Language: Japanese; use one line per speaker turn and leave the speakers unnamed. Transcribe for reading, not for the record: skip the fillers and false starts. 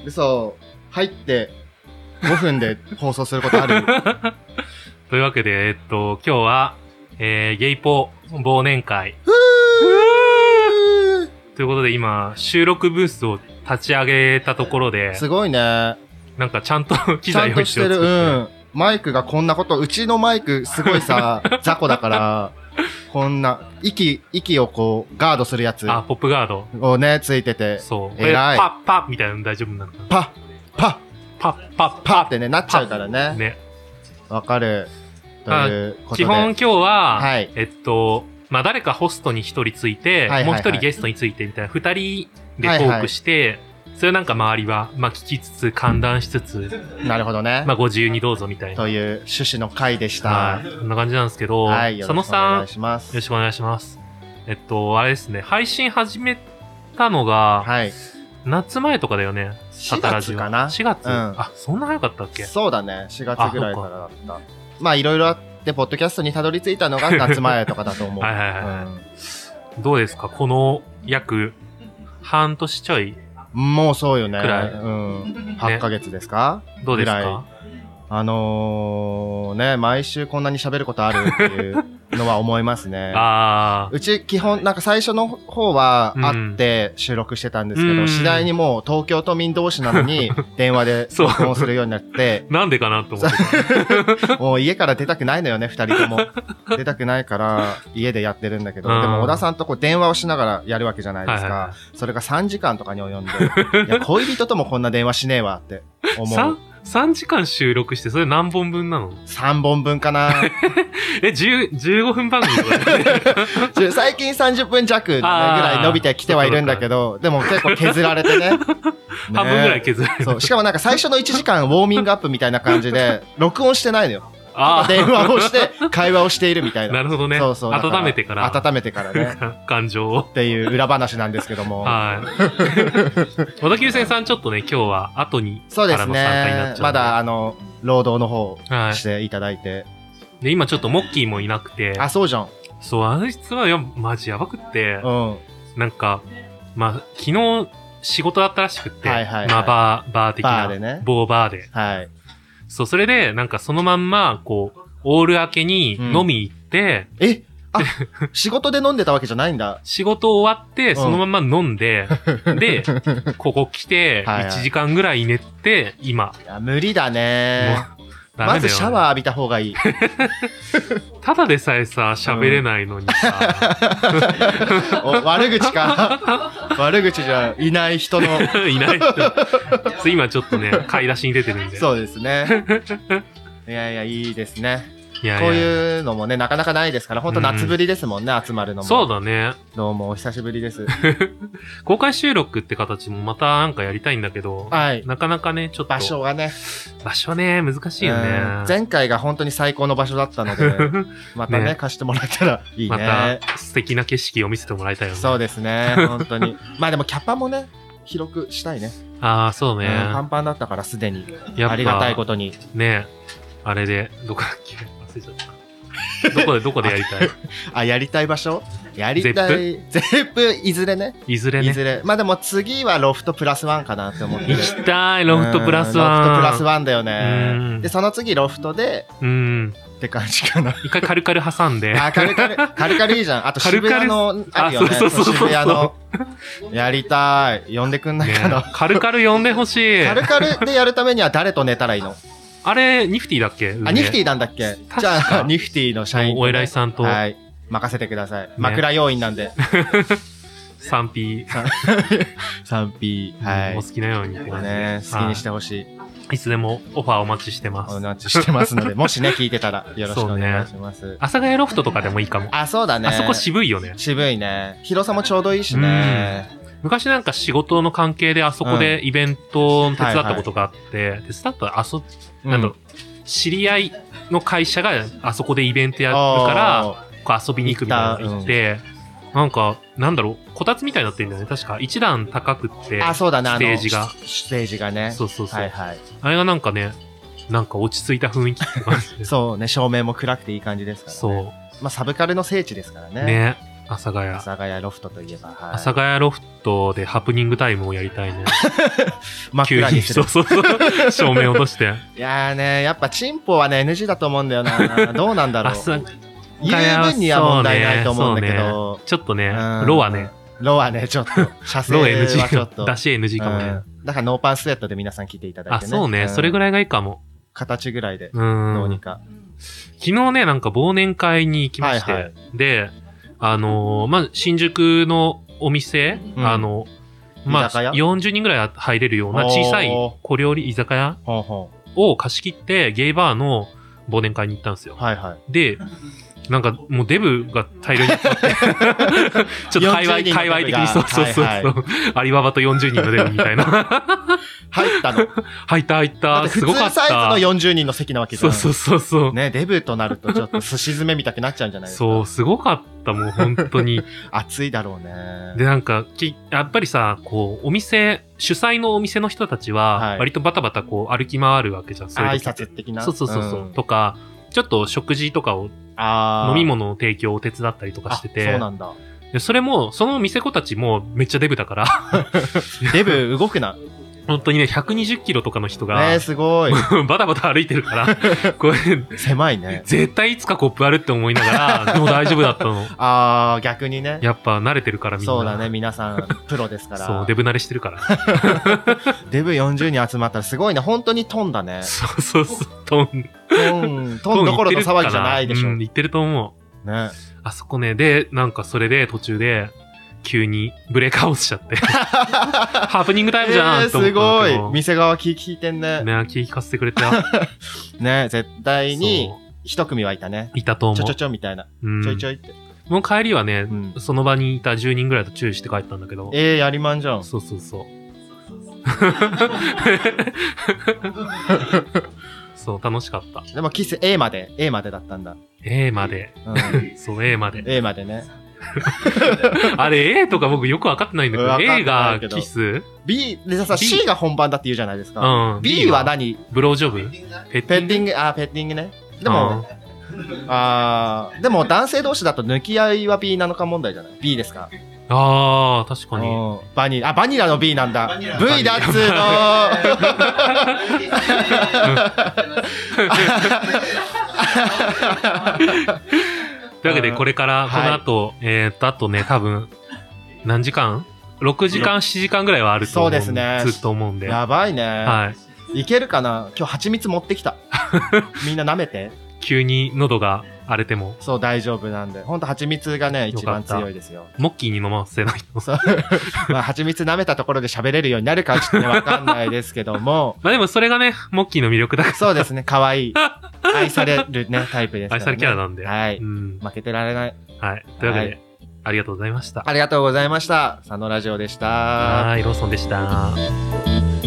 嘘。入って5分で放送することある？
というわけで、今日は、ゲイポ忘年会。ということで今、収録ブースを立ち上げたところで、
すごいね。
なんかちゃんと機材用意して
る。うん。マイクがこんなこと、うちのマイクすごいさ、雑魚だから、こんな、息をこう、ガードするやつ。
あ、ポップガード。
をね、ついてて。
そう。
偉い。
パッパッみたいなの大丈夫なのかな？
パッ
パッ
ってね、なっちゃうからね。
ね。
わかる。ということで。
基本今日は、
はい。
まあ、誰かホストに一人ついて、もう一人ゲストについてみたいな、二人でトークして、それをなんか周りは、まあ、聞きつつ、歓談しつつ。
なるほどね。
まあ、ご自由にどうぞみたいな。
という趣旨の回でした。
はい。こんな感じなんですけど、
はい。
佐野さん、よろ
しくお願いします。
よろしくお願いします。あれですね、配信始めたのが、
はい。
夏前とかだよね。
4月かな
?4 月、うん、あ、そんな早かったっけ？
そうだね。4月ぐらいからだった。まあ、いろいろあって、ポッドキャストにたどり着いたのが夏前とかだと思う。
はいはいはい、うん。どうですか？この約半年ちょい
もうそうよね。
くらい。
うん。8ヶ月ですか？
ね、どうですか？
ね、毎週こんなに喋ることあるっていうのは思いますね。うち基本、なんか最初の方は会って収録してたんですけど、次第にもう東京都民同士なのに電話で録音するようになって。
なんでかなと思って。
もう家から出たくないのよね、二人とも。出たくないから家でやってるんだけど、でも小田さんとこう電話をしながらやるわけじゃないですか。はいはいはい、それが3時間とかに及んで、いや、恋人ともこんな電話しねえわって思う。
3時間収録して、それ何本分なの？
3 本分かな。
15分番組とか
ね、最近30分弱、ね、ぐらい伸びてきてはいるんだけど、でも結構削られてね。
半分ぐらい削られて。
そう。しかもなんか最初の1時間ウォーミングアップみたいな感じで、録音してないのよ。電話をして、会話をしているみたいな。
なるほどね。そうそう。温めてからね。感情を。
っていう裏話なんですけども。
はい。小田急線さんちょっとね、今日は後にからの参加になっちゃう。そうですね。
まだ労働の方していただいて。
で、今ちょっとモッキーもいなくて。
あ、そうじゃん。
そう、あいつはマジやばくって。うん。なんか、まあ、昨日仕事だったらしくって。はいはいはい。まあ、バー的な。
バーでね。
某バーで。はい。そう、それで、なんかそのまんま、こう、オール明けに飲み行って、
仕事で飲んでたわけじゃないんだ。
仕事終わって、そのまま飲んで、で、ここ来て、1時間ぐらい寝て、今。
いや、無理だね。まずシャワー浴びた方がいい。
ただでさえさ、喋れないのにさ。
悪口か。悪口じゃいない人の。
いない人。今ちょっとね、買い出しに出てるんで。
そうですね。いやいや、いいですね。こういうのもね、なかなかないですから、ほんと夏ぶりですもんね、集まるのも。
そうだね。
どうもお久しぶりです。
公開収録って形もまたなんかやりたいんだけど、はい。なかなかね、ちょっと。
場所がね。
場所ね、難しいよね。
前回が本当に最高の場所だったので、またね、貸してもらえたらいいね。
また素敵な景色を見せてもらいたいよね。
そうですね、本当に。まあでもキャパもね、広くしたいね。
ああ、そうね。
パンパンだったからすでに。ありがたいことに。
ね、あれで、どこだっけ忘れちゃった。どこでやりたい
やりたい場所やりたい。ゼップ、いずれね。
いずれね。
まあでも次はロフトプラスワンかなって思って。
行きたい、ロフトプラスワン。
ロフトプラスワンだよね。で、その次ロフトで、って感じかな。
一回カルカル挟んで。
カルカルいいじゃん。あと渋谷の、あるよね。
そう
渋谷の。やりたい。呼んでくんないかな。
カルカル呼んでほしい。
カルカルでやるためには誰と寝たらいいの？
あれ、ニフティだっけ？
ニフティなんだっけ？じゃあ、ニフティの社員。
お偉いさんと。
はい。任せてください。枕要員なんで。
3P。
3P。はい。
お好きなようにって感じ
ね。好きにしてほしい。
いつでもオファーお待ちしてます。
お待ちしてますので、もしね、聞いてたらよろしくお願いします。
阿佐ヶ谷ロフトとかでもいいかも。
あ、そうだね。
あそこ渋いよね。
渋いね。広さもちょうどいいしね。
昔なんか仕事の関係であそこでイベントを手伝ったことがあって、手伝ったなんだろう、知り合いの会社があそこでイベントやるから、こう遊びに行くみたいなの行って、なんか、なんだろう、こたつみたいになってるんだよね。確か一段高くって、
そうだね、
ステージが。
ステージがね。
そうそうそう。
はいはい。
あれがなんかね、なんか落ち着いた雰囲気って感じで。
そうね、照明も暗くていい感じですからね。
そう。
まあサブカルの聖地ですからね。
ね。 阿佐ヶ谷。
阿佐ヶ谷ロフトといえば。はい、
阿佐ヶ谷ロフトでハプニングタイムをやりたいね。
真っ暗にする。
そう。照明落として。
いやーね、やっぱチンポはね、NG だと思うんだよな。どうなんだろう。言う分には問題ないと思うんだけど。
ね、ちょっとね、ロはね、
ちょっと。射精はちょっと。
出し NG かもね。
だからノーパンスウェットで皆さん着ていただいてね。
そうね、それぐらいがいいかも。
形ぐらいで。どうにか。
昨日ね、なんか忘年会に行きまして。で、新宿のお店、40人ぐらい入れるような小さい小料理居酒屋を貸し切ってゲイバーの忘年会に行ったんですよ。で、なんかもうデブが大量に集まって、ちょっと界隈的にそう、アリババと40人のデブみたいな。
入ったの。
入った。すごかった。
普通サイズの40人の席なわけじゃん。
そう。
ね、デブとなるとちょっと寿司詰めみたくなっちゃうんじゃないですか。
そう、すごかった、もう本当に。
暑いだろうね。
で、なんか、やっぱりさ、こう、主催のお店の人たちは、割とバタバタこう歩き回るわけじゃん。
挨拶的な。
そう。とか、ちょっと食事とかを、飲み物の提供を手伝ったりとかしてて。
そうなんだ。
で、それも、その店子たちもめっちゃデブだから。
デブ動くな。
本当にね、120キロとかの人が、
すごい。
バタバタ歩いてるから、これ、
狭いね。
絶対いつかコップあるって思いながら、でも大丈夫だったの。
逆にね。
やっぱ慣れてるからみんな。
そうだね、皆さん、プロですから。
そう、デブ慣れしてるから。
デブ40人集まったらすごいね、本当にトンだね。
そう、トン
どころの騒ぎじゃないでしょ。
言ってると思
う。ね。
あそこね、で、なんかそれで途中で、急にブレーカー落ちちゃって。ハプニングタイムじゃんと思った。
すごい。店側気利いてんね。
ね、気利かせてくれたよ。
ね、絶対に一組はいたね。
いたと思う。
ちょみたいな。ちょいちょいって。
もう帰りはね、その場にいた10人ぐらいと注意して帰ったんだけど。
やりまんじゃん。
そう。そう、楽しかった。
でもキス A までだったんだ。
A まで。そう、A まで。
A までね。
あれ A とか僕よくわかってないんだけど、A がキス
?B でさ、C が本番だって言うじゃないですか。B は何？
ブロージョブ？
ペッティング、ペッティングね。でも、でも男性同士だと抜き合いは B なのか問題じゃない？ B ですか？
確かに。
バニラの B なんだ。V だっつーの
というわけで、これから、この後、あとね、多分、何時間 ?6 時間、7時間ぐらいはあると思う。
そうですね。
ずっと思うんで。
やばいね。
はい。
いけるかな？今日蜂蜜持ってきた。みんな舐めて。
急に喉が荒れても。
そう、大丈夫なんで。ほんと蜂蜜がね、一番強いですよ。
モッキーに飲ませないと。
そう。蜂蜜舐めたところで喋れるようになるかはちょっとね、わかんないですけども。
でもそれがね、モッキーの魅力だから。
そうですね、可愛い。愛されるね、タイプですからね。
愛されキャラなんで。
はい。負けてられない。
はい。というわけで、ありがとうございました。
ありがとうございました。佐野ラジオでした。
はい、ローソンでした。